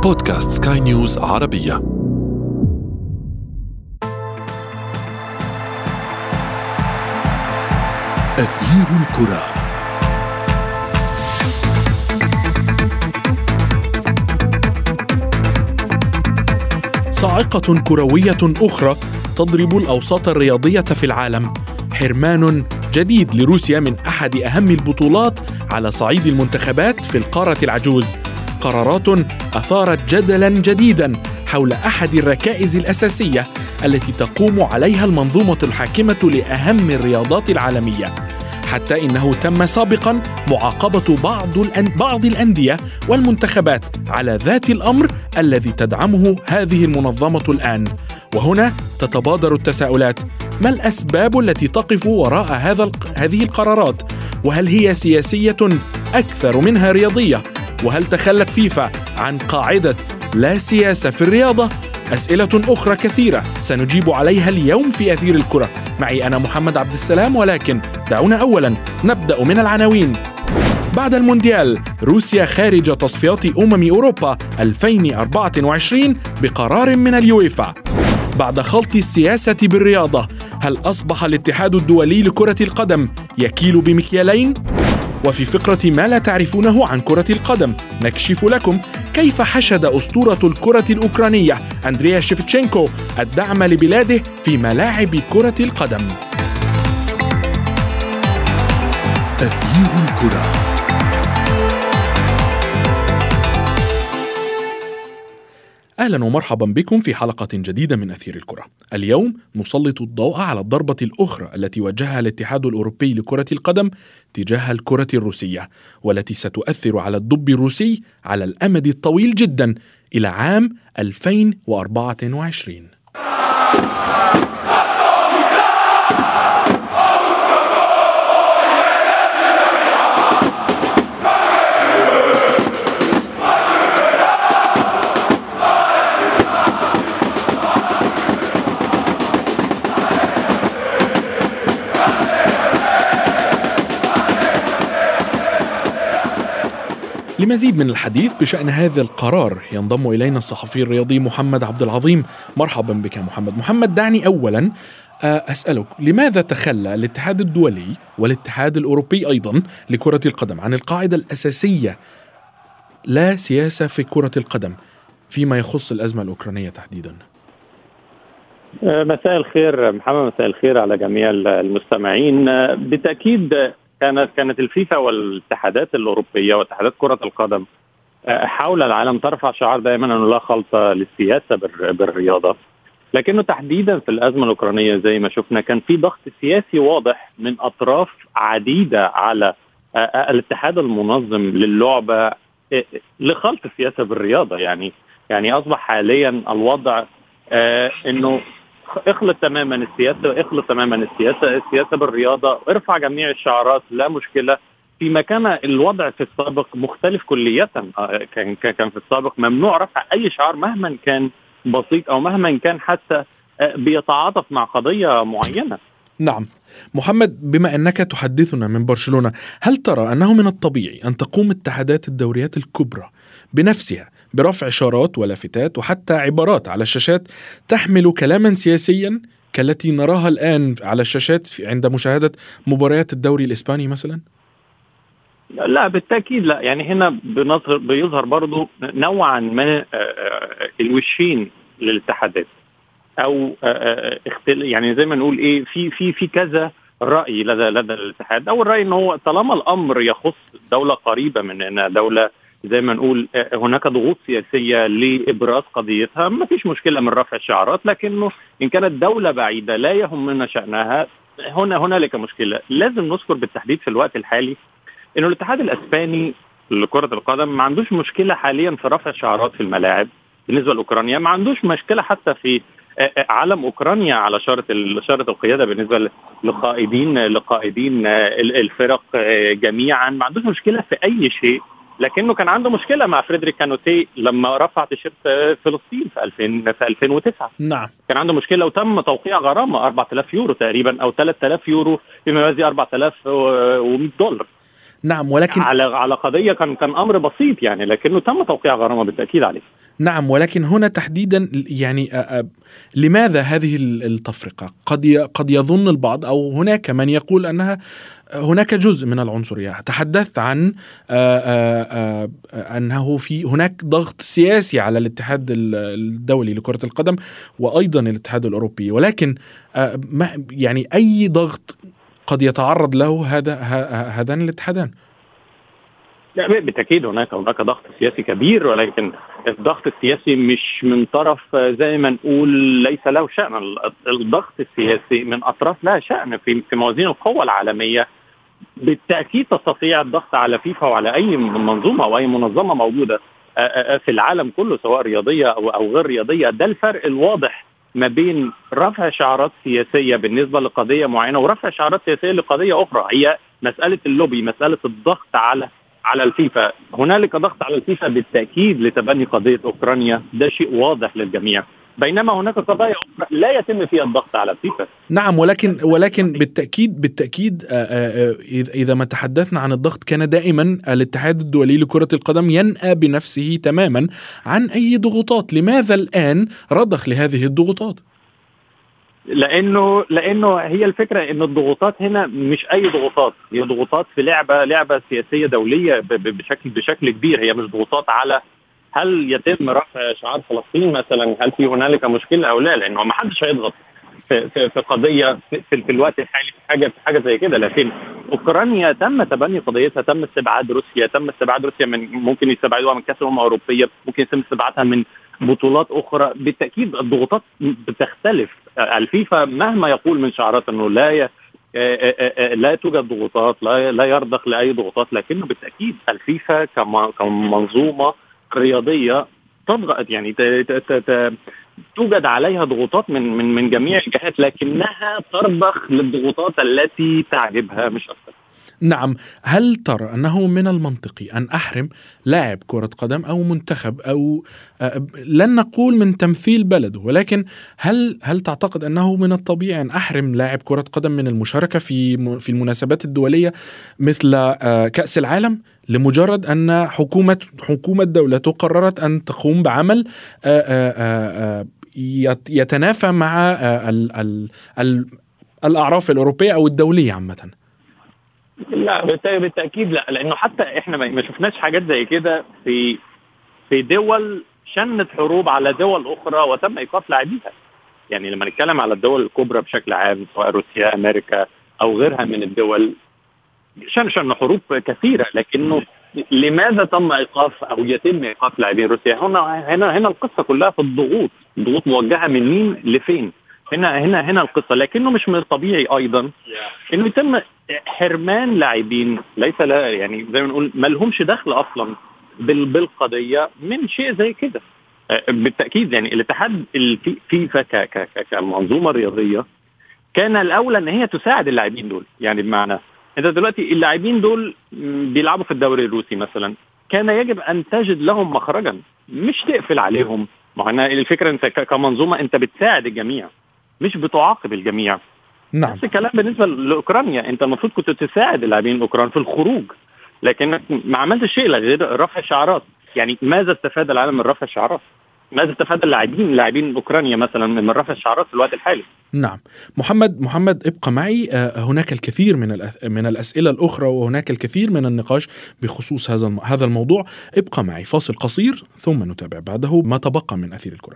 بودكاست سكاي نيوز عربية. أثير الكرة. صاعقة كروية أخرى تضرب الأوساط الرياضية في العالم. حرمان جديد لروسيا من أحد أهم البطولات على صعيد المنتخبات في القارة العجوز. قرارات أثارت جدلاً جديداً حول أحد الركائز الأساسية التي تقوم عليها المنظومة الحاكمة لأهم الرياضات العالمية، حتى إنه تم سابقاً معاقبة بعض الأندية والمنتخبات على ذات الأمر الذي تدعمه هذه المنظمة الآن. وهنا تتبادر التساؤلات: ما الأسباب التي تقف وراء هذه القرارات؟ وهل هي سياسية أكثر منها رياضية؟ وهل تخلت فيفا عن قاعدة لا سياسة في الرياضة؟ أسئلة أخرى كثيرة سنجيب عليها اليوم في أثير الكرة. معي أنا محمد عبد السلام، ولكن دعونا أولا نبدأ من العناوين. بعد المونديال، روسيا خارج تصفيات أوروبا 2024 بقرار من اليويفا. بعد خلط السياسة بالرياضة، هل أصبح الاتحاد الدولي لكرة القدم يكيل بمكيالين؟ وفي فقرة ما لا تعرفونه عن كرة القدم، نكشف لكم كيف حشد أسطورة الكرة الأوكرانية أندريا شيفتشينكو الدعم لبلاده في ملاعب كرة القدم. أثير الكرة. أهلا ومرحبا بكم في حلقة جديدة من أثير الكرة. اليوم نسلط الضوء على الضربة الأخرى التي وجهها الاتحاد الأوروبي لكرة القدم تجاه الكرة الروسية، والتي ستؤثر على الدب الروسي على الأمد الطويل جدا إلى عام 2024. لمزيد من الحديث بشأن هذا القرار ينضم إلينا الصحفي الرياضي محمد عبد العظيم. مرحبا بك محمد. دعني أولا أسألك، لماذا تخلى الاتحاد الدولي والاتحاد الأوروبي أيضا لكرة القدم عن القاعدة الأساسية لا سياسة في كرة القدم فيما يخص الأزمة الأوكرانية تحديدا؟ مساء الخير محمد، مساء الخير على جميع المستمعين. بالتأكيد كانت الفيفا والاتحادات الأوروبية واتحادات كرة القدم حول العالم ترفع شعار دائما أنه لا خلط للسياسة بالرياضة، لكنه تحديدا في الأزمة الأوكرانية زي ما شفنا كان في ضغط سياسي واضح من أطراف عديدة على الاتحاد المنظم للعبة لخلط السياسة بالرياضة. يعني أصبح حاليا الوضع أنه اخلط تماما السياسة بالرياضة، ارفع جميع الشعارات لا مشكلة. فيما كان الوضع في السابق مختلف كليا، كان في السابق ممنوع رفع أي شعار مهما كان بسيط أو مهما كان حتى بيتعاطف مع قضية معينة. نعم محمد، بما أنك تحدثنا من برشلونة، هل ترى أنه من الطبيعي أن تقوم اتحادات الدوريات الكبرى بنفسها برفع شارات ولافتات وحتى عبارات على الشاشات تحمل كلاما سياسيا كالتي نراها الآن على الشاشات عند مشاهدة مباريات الدوري الإسباني مثلا؟ لا بالتأكيد لا. يعني هنا بيظهر برضو نوعا ما الوشين للاتحادات، أو يعني زي ما نقول إيه، في كذا رأي لدى الاتحاد. أول رأي إنه طالما الأمر يخص دولة قريبة مننا، دولة زي ما نقول هناك ضغوط سياسية لإبراز قضيتها، ما فيش مشكلة من رفع الشعارات، لكنه إن كانت دولة بعيدة لا يهمنا شأنها هنالك مشكلة. لازم نذكر بالتحديد في الوقت الحالي إنه الاتحاد الإسباني لكرة القدم ما عندوش مشكلة حاليا في رفع الشعارات في الملاعب. بالنسبة لأوكرانيا ما عندوش مشكلة حتى في علم أوكرانيا على شارة القيادة. بالنسبة لقائدين الفرق جميعا ما عندوش مشكلة في أي شيء، لكنه كان عنده مشكلة مع فريدريك كانوتي لما رفع تيشيرت فلسطين في 2009. نعم، كان عنده مشكلة وتم توقيع غرامة 4000 يورو تقريبا أو 3000 يورو بما يوازي $4100. نعم، ولكن على قضية كان أمر بسيط يعني، لكنه تم توقيع غرامة بالتأكيد عليه. نعم، ولكن هنا تحديدا يعني لماذا هذه التفرقة؟ قد يظن البعض أو هناك من يقول أنها هناك جزء من العنصرية. تحدثت عن أنه هناك ضغط سياسي على الاتحاد الدولي لكرة القدم وأيضا الاتحاد الأوروبي، ولكن يعني أي ضغط قد يتعرض له هذان الاتحادان؟ لا بالتأكيد هناك ضغط سياسي كبير، ولكن الضغط السياسي مش من طرف زي ما نقول ليس له شأن. الضغط السياسي من أطراف لها شأن في موازين القوى العالمية. بالتأكيد تستطيع الضغط على فيفا وعلى أي منظومة أو أي منظمة موجودة في العالم كله سواء رياضية أو غير رياضية. ده الفرق الواضح ما بين رفع شعارات سياسية بالنسبة لقضية معينة ورفع شعارات سياسية لقضية أخرى. هي مسألة اللوبي، مسألة الضغط على الفيفا. هنالك ضغط على الفيفا بالتأكيد لتبني قضية أوكرانيا، ده شيء واضح للجميع، بينما هناك قضايا أخرى لا يتم فيها الضغط على الفيفا. نعم، ولكن بالتأكيد إذا ما تحدثنا عن الضغط كان دائما الاتحاد الدولي لكرة القدم ينأى بنفسه تماما عن أي ضغوطات. لماذا الآن رضخ لهذه الضغوطات؟ لأنه هي الفكرة إن الضغوطات هنا مش أي ضغوطات، هي ضغوطات في لعبة سياسية دولية بشكل كبير. هي مش ضغوطات على هل يتم رفع شعار فلسطين مثلا، هل في هنالك مشكلة أو لا، لأنه ما حدش هيضغط في قضية في الوقت الحالي في حاجة زي كده. لكن أوكرانيا تم تبني قضيتها، تم استبعاد روسيا من ممكن يستبعدوها من كأس الأمم الأوروبية، ممكن يتم استبعادها من بطولات أخرى. بالتأكيد الضغوطات بتختلف. الفيفا مهما يقول من شعارات أنه لا توجد ضغوطات، لا يرضخ لأي ضغوطات، لكنه بالتأكيد الفيفا كمنظومة رياضية تضغط، يعني توجد عليها ضغوطات من جميع الجهات، لكنها ترضخ للضغوطات التي تعجبها مش أكثر. نعم، هل ترى أنه من المنطقي أن أحرم لاعب كرة قدم أو منتخب أو لن نقول من تمثيل بلده، ولكن هل تعتقد أنه من الطبيعي أن أحرم لاعب كرة قدم من المشاركة في المناسبات الدولية مثل كأس العالم لمجرد أن حكومة دولته قررت أن تقوم بعمل يتنافى مع الأعراف الأوروبية أو الدولية عامة؟ لا بالتأكيد لا، لأنه حتى إحنا ما شفناش حاجات زي كده في دول شنت حروب على دول أخرى وتم إيقاف لاعبيها. يعني لما نتكلم على الدول الكبرى بشكل عام سواء روسيا، أمريكا أو غيرها من الدول، شن حروب كثيرة، لكنه لماذا تم إيقاف أو يتم إيقاف لاعبين روسيا؟ هنا القصة كلها في الضغوط موجهة من مين لفين. هنا القصة، لكنه مش من الطبيعي أيضا إنه يتم حرمان لاعبين ليس لا، يعني زي ما نقول ما لهمش دخل أصلا بالقضية من شيء زي كده. بالتأكيد يعني الاتحاد الفيفا كمنظومة رياضية كان الأولى إن هي تساعد اللاعبين دول. يعني بمعنى انت دلوقتي اللاعبين دول بيلعبوا في الدوري الروسي مثلا، كان يجب ان تجد لهم مخرجا، مش تقفل عليهم. ما هنا الفكره انت كمنظومه انت بتساعد الجميع مش بتعاقب الجميع. نعم. نفس الكلام بالنسبه لاوكرانيا، انت المفروض كنت تساعد اللاعبين الاوكران في الخروج، لكن ما عملتش شيء غير رفع شعارات. يعني ماذا استفاد العالم من رفع الشعارات؟ ماذا استفاد لاعبين اوكرانيا مثلا من رفع الشعارات في الوقت الحالي؟ نعم. محمد ابقى معي. هناك الكثير من الأسئلة الأخرى وهناك الكثير من النقاش بخصوص هذا الموضوع. ابقى معي، فاصل قصير ثم نتابع بعده ما تبقى من أثير الكرة.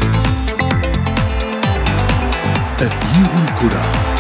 أثير الكرة.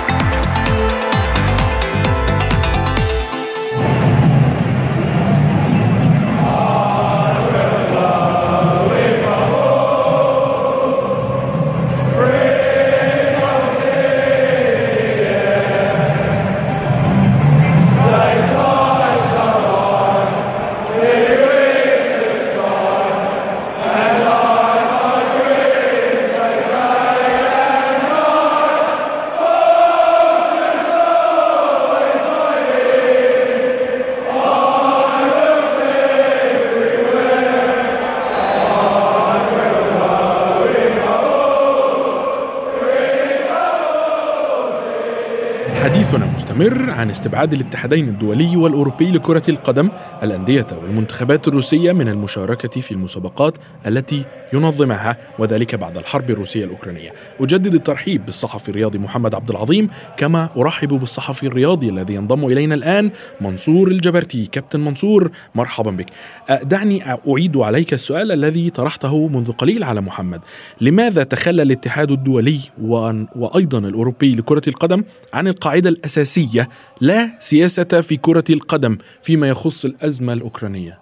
نستمر عن استبعاد الاتحادين الدولي والأوروبي لكرة القدم الأندية والمنتخبات الروسية من المشاركة في المسابقات التي ينظمها، وذلك بعد الحرب الروسية الأوكرانية. أجدد الترحيب بالصحفي الرياضي محمد عبد العظيم، كما أرحب بالصحفي الرياضي الذي ينضم إلينا الآن منصور الجبرتي. كابتن منصور، مرحبا بك. دعني أعيد عليك السؤال الذي طرحته منذ قليل على محمد: لماذا تخلى الاتحاد الدولي وأيضا الأوروبي لكرة القدم عن القاعدة الأساسية لا سياسة في كرة القدم فيما يخص الأزمة الأوكرانية؟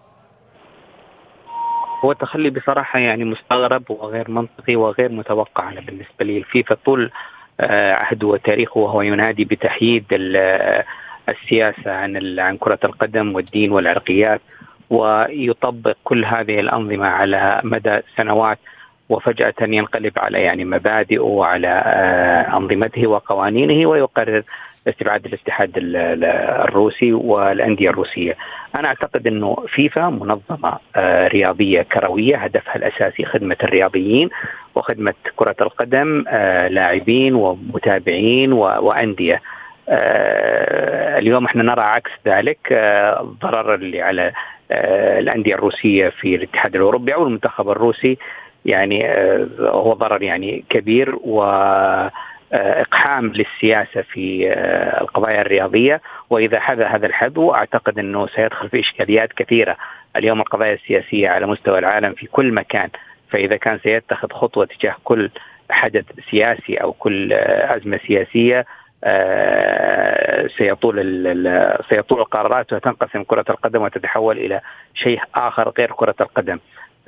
هو التخلي بصراحة يعني مستغرب وغير منطقي وغير متوقع بالنسبة لي. الفيفا طول عهده وتاريخه وهو ينادي بتحييد السياسة عن كرة القدم والدين والعرقيات، ويطبق كل هذه الأنظمة على مدى سنوات، وفجأة ينقلب على يعني مبادئه وعلى أنظمته وقوانينه ويقرر استبعاد الاتحاد الروسي والأندية الروسية. أنا أعتقد أنه فيفا منظمة رياضية كروية هدفها الأساسي خدمة الرياضيين وخدمة كرة القدم، لاعبين ومتابعين وأندية. اليوم احنا نرى عكس ذلك. الضرر اللي على الأندية الروسية في الاتحاد الأوروبي أو المنتخب الروسي يعني هو ضرر يعني كبير، وإقحام للسياسة في القضايا الرياضية. وإذا حذا هذا الحذو أعتقد أنه سيدخل في إشكاليات كثيرة. اليوم القضايا السياسية على مستوى العالم في كل مكان، فإذا كان سيتخذ خطوة تجاه كل حدث سياسي أو كل أزمة سياسية سيطول القرارات وتنقسم كرة القدم وتتحول إلى شيء آخر غير كرة القدم.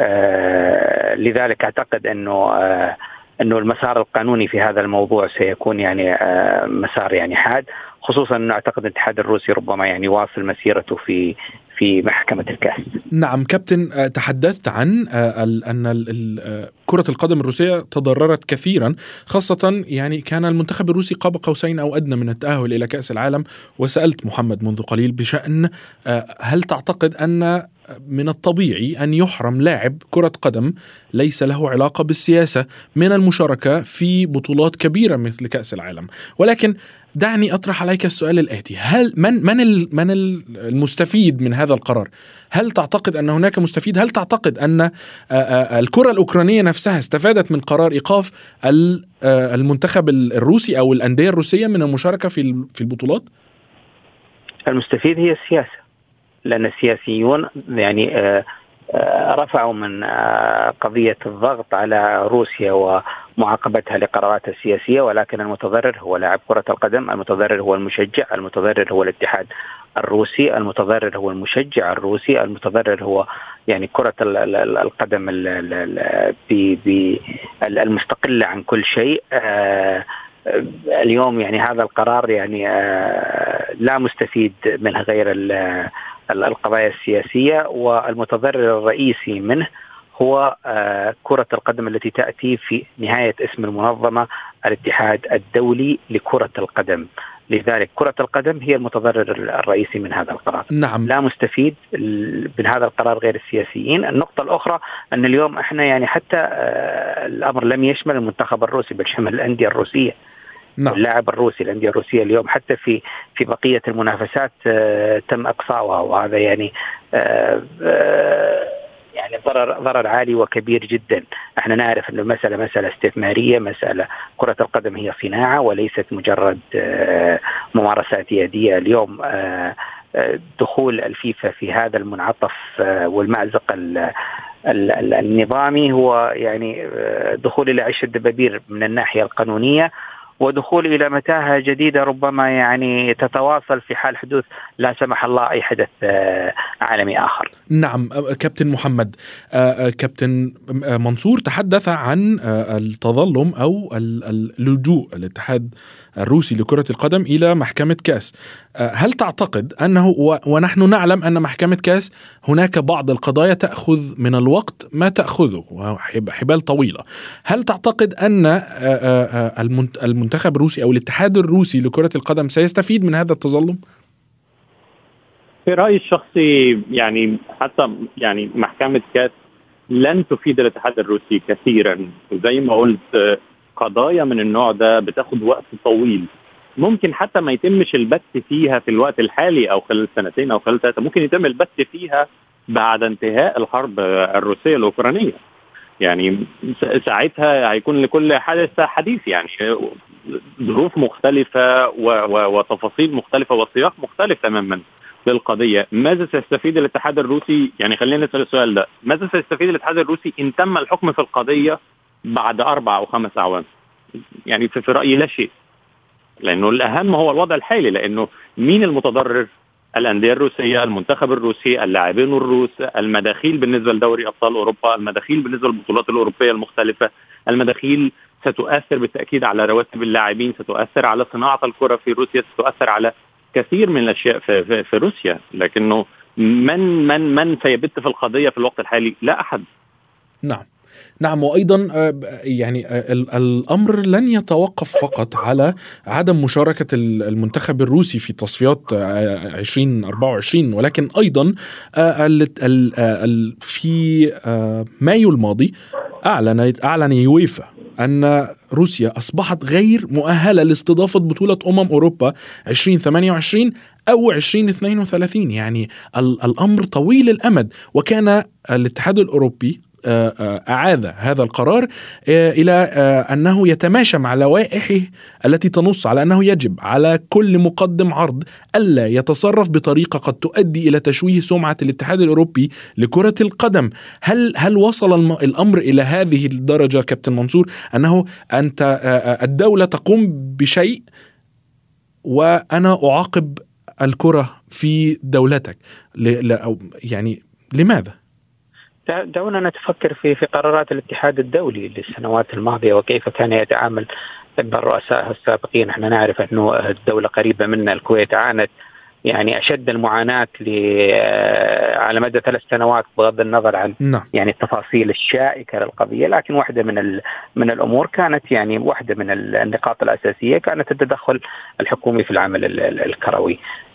لذلك أعتقد أنه المسار القانوني في هذا الموضوع سيكون يعني مسار يعني حاد، خصوصا أنه أعتقد الاتحاد الروسي ربما يعني واصل مسيرته في محكمة الكاس. نعم كابتن، تحدثت عن أن كرة القدم الروسية تضررت كثيرا، خاصة يعني كان المنتخب الروسي قاب قوسين أو أدنى من التأهل إلى كأس العالم. وسألت محمد منذ قليل بشأن هل تعتقد أن من الطبيعي أن يحرم لاعب كرة قدم ليس له علاقة بالسياسة من المشاركة في بطولات كبيرة مثل كأس العالم؟ ولكن دعني أطرح عليك السؤال الآتي: هل من المستفيد من هذا القرار؟ هل تعتقد أن هناك مستفيد؟ هل تعتقد أن الكرة الأوكرانية نفسها استفادت من قرار إيقاف المنتخب الروسي أو الأندية الروسية من المشاركة في البطولات؟ المستفيد هي السياسة، لأن السياسيون يعني رفعوا من قضية الضغط على روسيا ومعاقبتها لقراراتها السياسية، ولكن المتضرر هو لاعب كرة القدم، المتضرر هو المشجع، المتضرر هو الاتحاد الروسي، المتضرر هو المشجع الروسي، المتضرر هو يعني كرة القدم المستقلة عن كل شيء. اليوم يعني هذا القرار يعني لا مستفيد منه غير القضايا السياسية، والمتضرر الرئيسي منه هو كرة القدم التي تأتي في نهاية اسم المنظمة الاتحاد الدولي لكرة القدم. لذلك كرة القدم هي المتضرر الرئيسي من هذا القرار. نعم. لا مستفيد من هذا القرار غير السياسيين. النقطة الأخرى أن اليوم احنا يعني حتى الأمر لم يشمل المنتخب الروسي بل شمل الأندية الروسية. نعم. اللاعب الروسي، الأندية الروسية اليوم حتى في بقية المنافسات تم إقصاؤها، وهذا يعني يعني ضرر عالي وكبير جدا. احنا نعرف أن المسألة مسألة استثمارية، مسألة كرة القدم هي صناعة وليست مجرد ممارسات يدية. اليوم دخول الفيفا في هذا المنعطف والمأزق النظامي هو يعني دخول إلى عش الدبابير من الناحية القانونية، ودخول إلى متاهة جديدة ربما يعني تتواصل في حال حدوث لا سمح الله أي حدث عالمي آخر. نعم كابتن محمد، كابتن منصور تحدث عن التظلم أو اللجوء الاتحاد الروسي لكرة القدم إلى محكمة كاس. هل تعتقد أنه ونحن نعلم أن محكمة كاس هناك بعض القضايا تأخذ من الوقت ما تأخذه حبال طويلة، هل تعتقد أن المنتخب الروسي أو الاتحاد الروسي لكرة القدم سيستفيد من هذا التظلم؟ في رأيي الشخصي يعني حتى يعني محكمة كاس لن تفيد الاتحاد الروسي كثيرا، وزي ما قلت قضايا من النوع ده بتاخد وقت طويل. ممكن حتى ما يتمش البت فيها في الوقت الحالي أو خلال سنتين أو خلال 3، ممكن يتم البت فيها بعد انتهاء الحرب الروسية الأوكرانية. يعني ساعتها هيكون لكل حادث حديث، يعني ظروف مختلفة وتفاصيل مختلفة وسياق مختلف تماما للقضية. ماذا سيستفيد الاتحاد الروسي؟ يعني خلينا نسأل السؤال ده، ماذا سيستفيد الاتحاد الروسي إن تم الحكم في القضية بعد 4 أو 5 أعوام؟ يعني في رأيي لا شيء، لأنه الأهم هو الوضع الحالي. لأنه مين المتضرر؟ الأندية الروسية، المنتخب الروسي، اللاعبين الروس، المداخيل بالنسبة لدوري أبطال أوروبا، المداخيل بالنسبة للبطولات الأوروبية المختلفة، المداخيل ستؤثر بالتأكيد على رواتب اللاعبين، ستؤثر على صناعة الكرة في روسيا، ستؤثر على كثير من الأشياء في روسيا. لكنه من سيبت في القضية في الوقت الحالي؟ لا أحد. نعم، وأيضا يعني الأمر لن يتوقف فقط على عدم مشاركة المنتخب الروسي في تصفيات 2024، ولكن أيضا في مايو الماضي أعلن يويفا أن روسيا أصبحت غير مؤهلة لاستضافة بطولة أوروبا 2028 أو 2032. يعني الأمر طويل الأمد، وكان الاتحاد الأوروبي أعاد هذا القرار إلى أنه يتماشى مع لوائحه التي تنص على أنه يجب على كل مقدم عرض ألا يتصرف بطريقة قد تؤدي إلى تشويه سمعة الاتحاد الأوروبي لكرة القدم. هل وصل الأمر إلى هذه الدرجة كابتن منصور، أنه أنت الدولة تقوم بشيء وأنا أعاقب الكرة في دولتك؟ يعني لماذا؟ دعونا نتفكر في قرارات الاتحاد الدولي للسنوات الماضية وكيف كان يتعامل الرؤساء السابقين. احنا نعرف أنه الدولة قريبة منا الكويت عانت يعني أشد المعاناة على مدى 3 سنوات، بغض النظر عن يعني التفاصيل الشائكة للقضية، لكن واحدة من الأمور كانت يعني واحدة من النقاط الأساسية كانت التدخل الحكومي في العمل الكروي.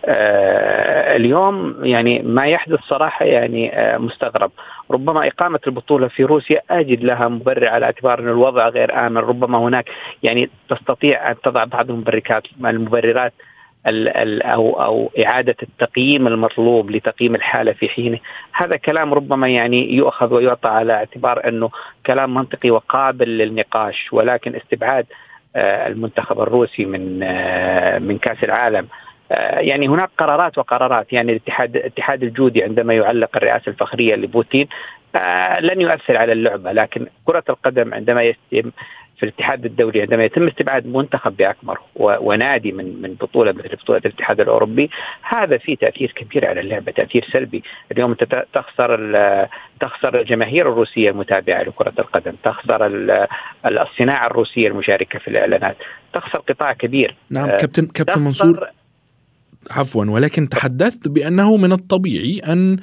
اليوم يعني ما يحدث صراحة يعني مستغرب. ربما إقامة البطولة في روسيا أجد لها مبرر على اعتبار أن الوضع غير آمن. ربما هناك يعني تستطيع أن تضع بعض المبررات أو إعادة التقييم المطلوب لتقييم الحالة في حينه. هذا كلام ربما يعني يؤخذ ويعطى على اعتبار أنه كلام منطقي وقابل للنقاش، ولكن استبعاد المنتخب الروسي من كأس العالم، يعني هناك قرارات وقرارات. يعني اتحاد الجودي عندما يعلق الرئاسة الفخرية لبوتين لن يؤثر على اللعبة، لكن كرة القدم عندما يتم في الاتحاد الدولي، عندما يتم استبعاد منتخب بأكمله ونادي من بطولة مثل بطولة الاتحاد الأوروبي، هذا فيه تأثير كبير على اللعبة، تأثير سلبي. اليوم أنت تخسر الجماهير الروسية المتابعة لكرة القدم، تخسر الصناعة الروسية المشاركة في الإعلانات، تخسر قطاع كبير. نعم كابتن منصور، عفوا، ولكن تحدثت بأنه من الطبيعي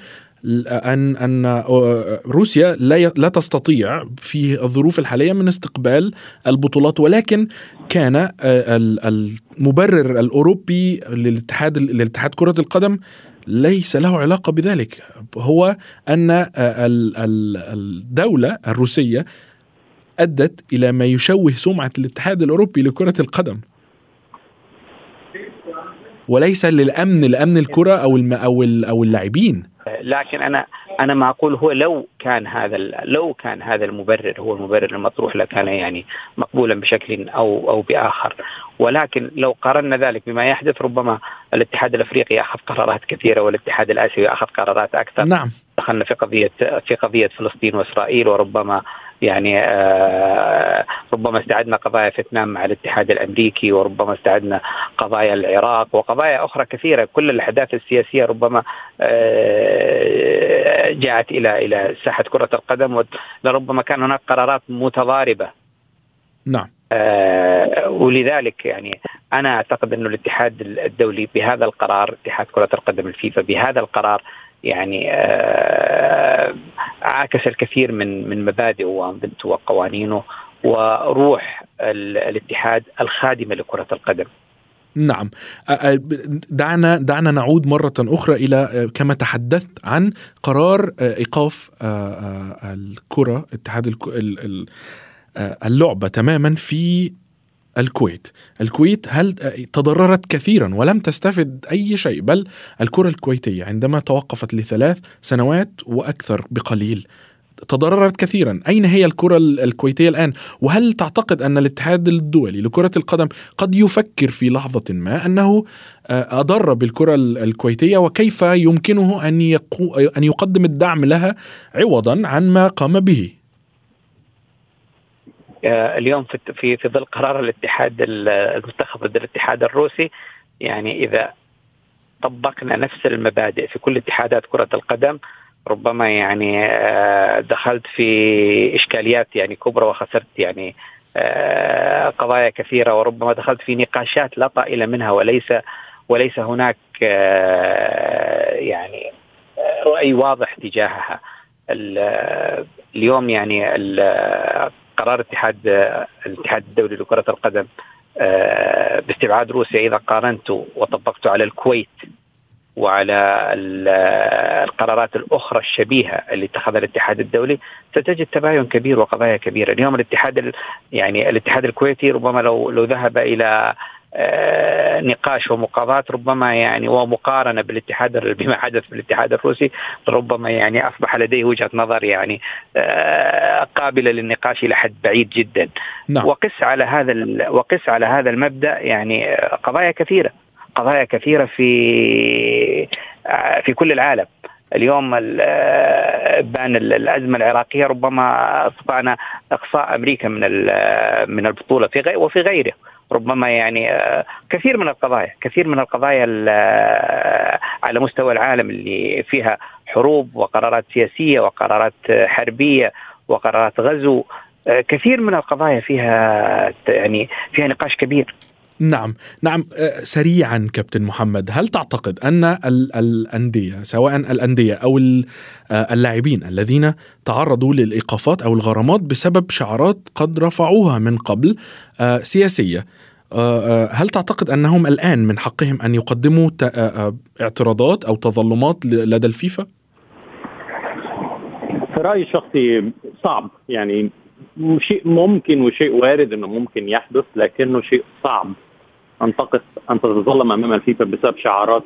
أن روسيا لا تستطيع في الظروف الحالية من استقبال البطولات، ولكن كان المبرر الأوروبي للاتحاد كرة القدم ليس له علاقة بذلك، هو أن الدولة الروسية أدت إلى ما يشوه سمعة الاتحاد الأوروبي لكرة القدم، وليس لأمن الكرة أو اللاعبين. لكن أنا ما أقول هو لو كان هذا المبرر هو المبرر المطروح لكان يعني مقبولا بشكل أو بآخر. ولكن لو قارنا ذلك بما يحدث، ربما الاتحاد الأفريقي أخذ قرارات كثيرة والاتحاد الآسيوي أخذ قرارات أكثر. نعم. دخلنا في قضية فلسطين وإسرائيل، وربما يعني ربما استعدنا قضايا فيتنام مع الاتحاد الأمريكي، وربما استعدنا قضايا العراق وقضايا أخرى كثيرة. كل الأحداث السياسية ربما جاءت إلى ساحة كرة القدم، ولربما كان هناك قرارات متضاربة. نعم. ولذلك يعني أنا أعتقد أن الاتحاد الدولي بهذا القرار، اتحاد كرة القدم الفيفا بهذا القرار يعني عاكس الكثير من مبادئه وأنظمته وقوانينه وروح الاتحاد الخادمة لكرة القدم. نعم. دعنا نعود مرة أخرى إلى كما تحدثت عن قرار إيقاف الكرة، اتحاد اللعبة تماما في الكويت هل تضررت كثيرا ولم تستفد أي شيء؟ بل الكرة الكويتية عندما توقفت ل3 سنوات وأكثر بقليل تضررت كثيرا. أين هي الكرة الكويتية الآن؟ وهل تعتقد أن الاتحاد الدولي لكرة القدم قد يفكر في لحظة ما أنه أضر بالكرة الكويتية، وكيف يمكنه أن يقدم الدعم لها عوضا عن ما قام به؟ اليوم في ظل قرار الاتحاد المتخذ ضد الاتحاد الروسي، يعني إذا طبقنا نفس المبادئ في كل اتحادات كرة القدم ربما يعني دخلت في إشكاليات يعني كبرى وخسرت يعني قضايا كثيرة، وربما دخلت في نقاشات لا طائل منها وليس هناك يعني رأي واضح تجاهها. اليوم يعني قرار الاتحاد الدولي لكرة القدم باستبعاد روسيا إذا قارنته وطبقته على الكويت وعلى القرارات الأخرى الشبيهة اللي اتخذها الاتحاد الدولي ستجد تباين كبير وقضايا كبيرة. اليوم الاتحاد الكويتي ربما لو ذهب إلى نقاش ومقاضاة ربما يعني ومقارنة بما حدث في الاتحاد الروسي ربما يعني أصبح لديه وجهة نظر يعني قابلة للنقاش إلى حد بعيد جدا. نعم. وقس على هذا المبدأ يعني قضايا كثيرة في كل العالم. اليوم بان الأزمة العراقية ربما استطعنا إقصاء أمريكا من البطولة وفي غيره. ربما يعني كثير من القضايا على مستوى العالم اللي فيها حروب وقرارات سياسية وقرارات حربية وقرارات غزو، كثير من القضايا فيها نقاش كبير. نعم. سريعا كابتن محمد، هل تعتقد أن الأندية سواء الأندية أو اللاعبين الذين تعرضوا للإيقافات أو الغرامات بسبب شعارات قد رفعوها من قبل سياسية، هل تعتقد أنهم الآن من حقهم أن يقدموا اعتراضات أو تظلمات لدى الفيفا؟ في رأيي الشخصي صعب، يعني شيء ممكن وشيء وارد انه ممكن يحدث، لكنه شيء صعب ان تتظلم امام الفيفا بسبب شعارات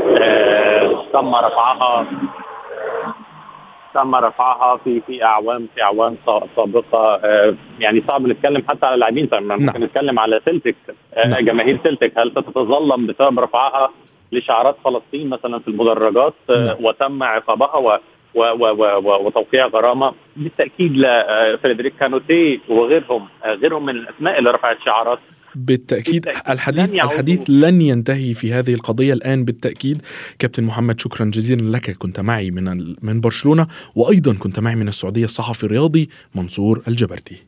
تم رفعها في اعوام سابقه. يعني صعب نتكلم حتى على لاعبين، ممكن نتكلم على سلتك، جماهير سلتك هل ستتظلم بسبب رفعها لشعارات فلسطين مثلا في المدرجات وتم عقابها وتوقيع غرامة؟ بالتأكيد لا. فريدريك كانوتي وغيرهم من الأسماء اللي رفعت شعارات. بالتأكيد الحديث لن ينتهي في هذه القضية الآن بالتأكيد. كابتن محمد، شكرا جزيلا لك. كنت معي من برشلونة، وأيضا كنت معي من السعودية الصحفي الرياضي منصور الجبرتي.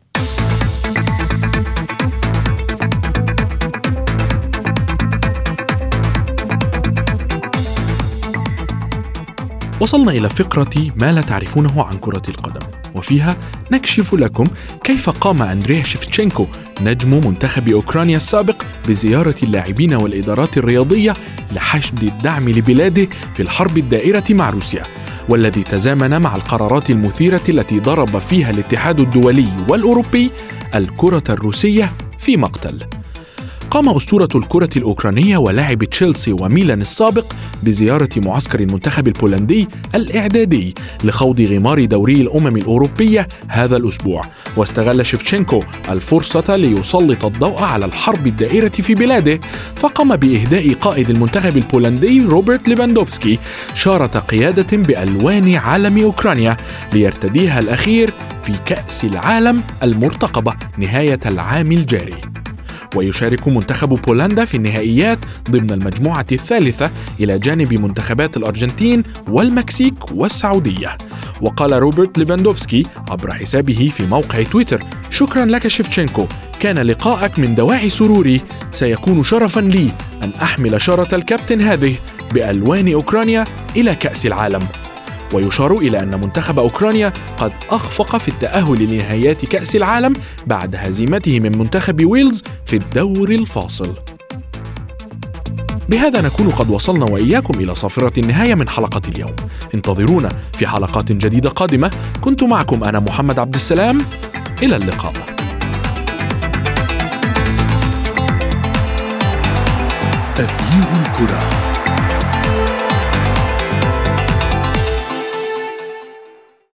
وصلنا إلى فقرة ما لا تعرفونه عن كرة القدم، وفيها نكشف لكم كيف قام أندريه شيفتشينكو نجم منتخب أوكرانيا السابق بزيارة اللاعبين والإدارات الرياضية لحشد الدعم لبلاده في الحرب الدائرة مع روسيا، والذي تزامن مع القرارات المثيرة التي ضرب فيها الاتحاد الدولي والأوروبي الكرة الروسية في مقتل. قام أسطورة الكرة الأوكرانية ولاعب تشيلسي وميلان السابق بزيارة معسكر المنتخب البولندي الإعدادي لخوض غمار دوري الأمم الأوروبية هذا الأسبوع، واستغل شيفتشينكو الفرصة ليسلط الضوء على الحرب الدائرة في بلاده، فقام بإهداء قائد المنتخب البولندي روبرت ليفاندوفسكي شارة قيادة بألوان علم أوكرانيا ليرتديها الأخير في كأس العالم المرتقبة نهاية العام الجاري. ويشارك منتخب بولندا في النهائيات ضمن المجموعة الثالثة إلى جانب منتخبات الأرجنتين والمكسيك والسعودية. وقال روبرت ليفاندوفسكي عبر حسابه في موقع تويتر: شكرا لك شيفتشينكو، كان لقاءك من دواعي سروري، سيكون شرفا لي أن أحمل شارة الكابتن هذه بألوان أوكرانيا إلى كأس العالم. ويشار إلى أن منتخب أوكرانيا قد أخفق في التأهل لنهائيات كأس العالم بعد هزيمته من منتخب ويلز في الدور الفاصل. بهذا نكون قد وصلنا وإياكم إلى صافرة النهاية من حلقة اليوم. انتظرونا في حلقات جديدة قادمة. كنت معكم أنا محمد عبد السلام، إلى اللقاء. تغيير الكرة.